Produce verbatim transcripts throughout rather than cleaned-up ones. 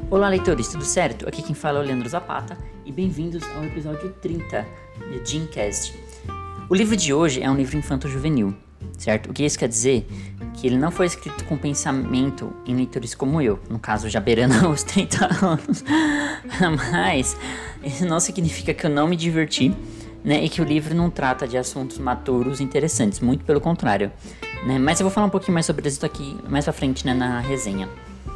Olá, leitores, tudo certo? Aqui quem fala é o Leandro Zapata e bem-vindos ao episódio trinta de Gymcast. O livro de hoje é um livro infanto-juvenil, certo? O que isso quer dizer? Que ele não foi escrito com pensamento em leitores como eu, no caso já beirando os trinta anos, mas isso não significa que eu não me diverti, né? E que o livro não trata de assuntos maturos interessantes, muito pelo contrário, né? Mas eu vou falar um pouquinho mais sobre isso aqui mais pra frente, né, na resenha.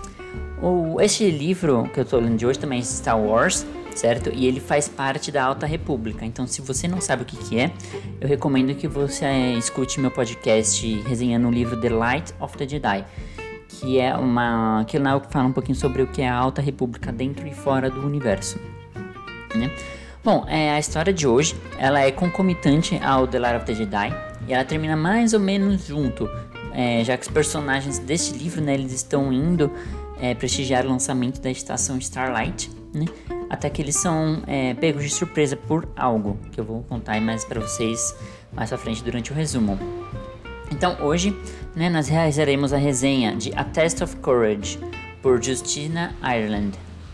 O, este livro que eu tô lendo de hoje também é Star Wars, certo? E ele faz parte da Alta República. Então, se você não sabe o que que é, eu recomendo que você é, escute meu podcast resenhando o livro The Light of the Jedi, que é uma... que lá eu falo um pouquinho sobre o que é a Alta República dentro e fora do universo, né? Bom, é, a história de hoje, ela é concomitante ao The Light of the Jedi e ela termina mais ou menos junto, é, já que os personagens deste livro, né, eles estão indo É, prestigiar o lançamento da estação Starlight, né? Até que eles são é, pegos de surpresa por algo, que eu vou contar mais para vocês mais pra frente durante o resumo. Então hoje, né, nós realizaremos a resenha de A Test of Courage, por Justina Ireland.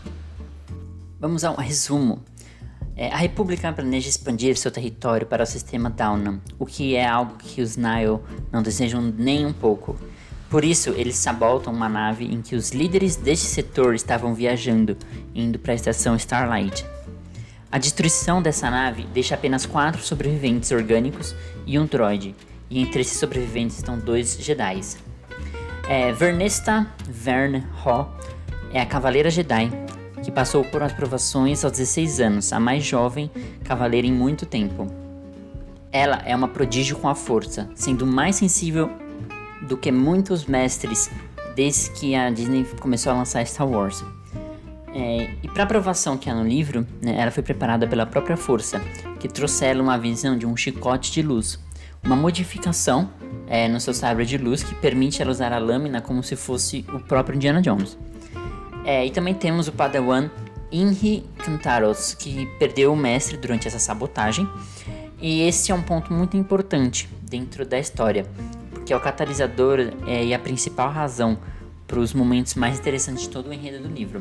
Vamos ao resumo. É, a República planeja expandir seu território para o sistema Downa, o que é algo que os Nihil não desejam nem um pouco. Por isso, eles sabotam uma nave em que os líderes deste setor estavam viajando, indo para a estação Starlight. A destruição dessa nave deixa apenas quatro sobreviventes orgânicos e um droide, e entre esses sobreviventes estão dois Jedi. É, Vernesta Vern Ho é a Cavaleira Jedi, que passou por aprovações aos dezesseis anos, a mais jovem cavaleira em muito tempo. Ela é uma prodígio com a força, sendo mais sensível do que muitos mestres desde que a Disney começou a lançar Star Wars. É, e para a aprovação que há no livro, né, ela foi preparada pela própria força, que trouxe ela uma visão de um chicote de luz, uma modificação é, no seu sabre de luz que permite ela usar a lâmina como se fosse o próprio Indiana Jones. É, e também temos o Padawan Inri Kantaros, que perdeu o mestre durante essa sabotagem, e esse é um ponto muito importante dentro da história, que é o catalisador é, e a principal razão para os momentos mais interessantes de todo o enredo do livro.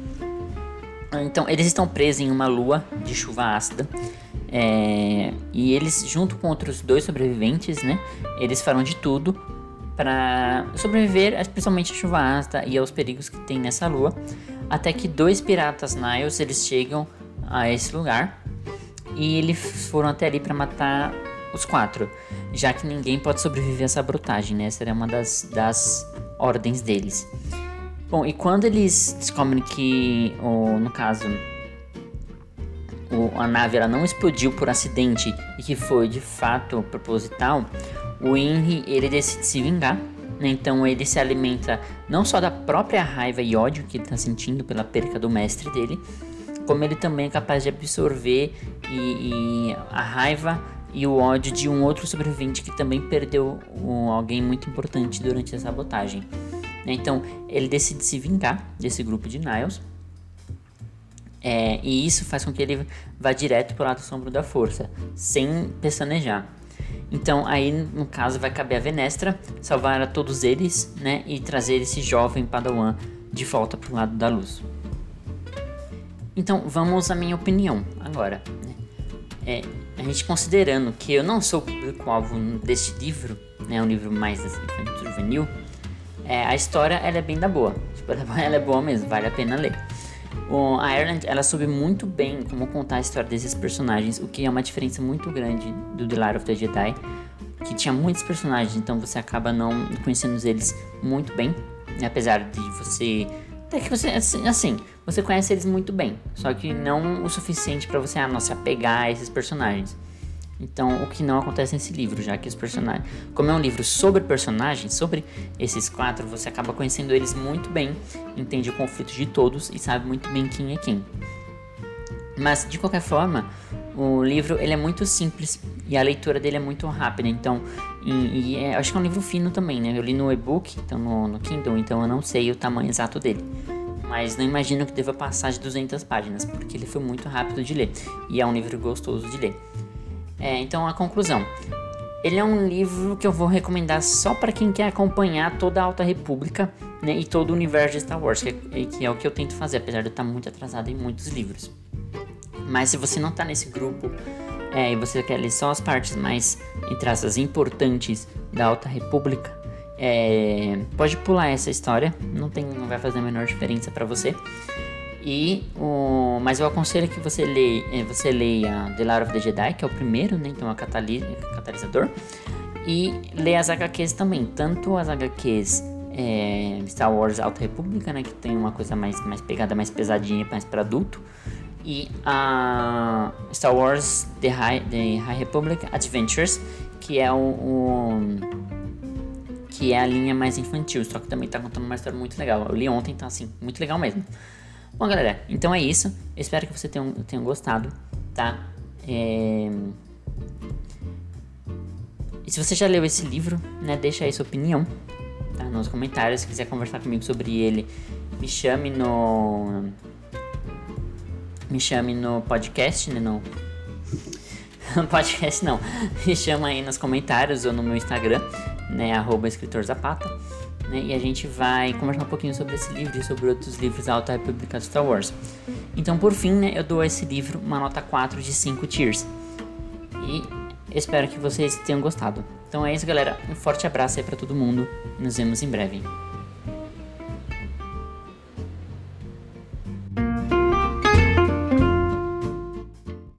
Então, eles estão presos em uma lua de chuva ácida, é, e eles, junto com outros dois sobreviventes, né, eles farão de tudo para sobreviver, especialmente à chuva ácida e aos perigos que tem nessa lua, até que dois piratas Nihils, eles chegam a esse lugar, e eles foram até ali para matar os quatro, já que ninguém pode sobreviver a essa sabotagem, né? Essa era uma das, das ordens deles. Bom, e quando eles descobrem que, ou, no caso, o, a nave ela não explodiu por acidente e que foi de fato proposital, o Henry ele decide se vingar, né? Então ele se alimenta não só da própria raiva e ódio que ele está sentindo pela perca do mestre dele, como ele também é capaz de absorver e, e a raiva e o ódio de um outro sobrevivente que também perdeu um, alguém muito importante durante a sabotagem. Então, ele decide se vingar desse grupo de Nihils, é, e isso faz com que ele vá direto para o lado sombrio da força, sem pestanejar. Então, aí, no caso, vai caber a Venestra salvar a todos eles, né, e trazer esse jovem Padawan de volta para o lado da luz. Então, vamos à minha opinião agora, né? É, a gente considerando que eu não sou o público-alvo deste livro, né, um livro mais assim, juvenil, é, a história ela é bem da boa, tipo, ela é boa mesmo, vale a pena ler. O, a Ireland, ela soube muito bem como contar a história desses personagens, o que é uma diferença muito grande do The Light of the Jedi, que tinha muitos personagens, então você acaba não conhecendo eles muito bem, né, apesar de você... É que você, assim, você conhece eles muito bem, só que não o suficiente pra você, ah, nossa, apegar a esses personagens. Então, o que não acontece nesse livro, já que os personagens... Como é um livro sobre personagens, sobre esses quatro, você acaba conhecendo eles muito bem, entende o conflito de todos e sabe muito bem quem é quem. Mas, de qualquer forma, o livro ele é muito simples e a leitura dele é muito rápida, então... E, e é, acho que é um livro fino também, né? Eu li no e-book, então no, no Kindle, então eu não sei o tamanho exato dele. Mas não imagino que deva passar de duzentas páginas, porque ele foi muito rápido de ler. E é um livro gostoso de ler. É, então, a conclusão. ele é um livro que eu vou recomendar só para quem quer acompanhar toda a Alta República, né, e todo o universo de Star Wars, que é, que é o que eu tento fazer, apesar de eu estar muito atrasado em muitos livros. Mas se você não está nesse grupo, é, e você quer ler só as partes mais, entre aspas, importantes da Alta República, é, pode pular essa história, não, tem, não vai fazer a menor diferença para você. E o, mas eu aconselho que você leia, você leia The Light of the Jedi, que é o primeiro, né, então é o catali, catalisador, e leia as H Qs também, tanto as H Qs é, Star Wars Alta República, né, que tem uma coisa mais, mais pegada, mais pesadinha, mais para adulto, e a Star Wars The High, The High Republic Adventures, que é o, o que é a linha mais infantil, só que também tá contando uma história muito legal. Eu li ontem, então assim, muito legal mesmo. Bom, galera, então é isso. Eu espero que você tenha, tenha gostado, tá? É... E se você já leu esse livro, né, deixa aí sua opinião, tá, nos comentários. Se quiser conversar comigo sobre ele, me chame no... Me chame no podcast, né, no... podcast não. Me chama aí nos comentários ou no meu Instagram, né, arroba escritor Zapata. Né, e a gente vai conversar um pouquinho sobre esse livro e sobre outros livros da Alta República de Star Wars. Então, por fim, né, eu dou a esse livro uma nota quatro de cinco tiers. E espero que vocês tenham gostado. Então é isso, galera. Um forte abraço aí pra todo mundo. Nos vemos em breve.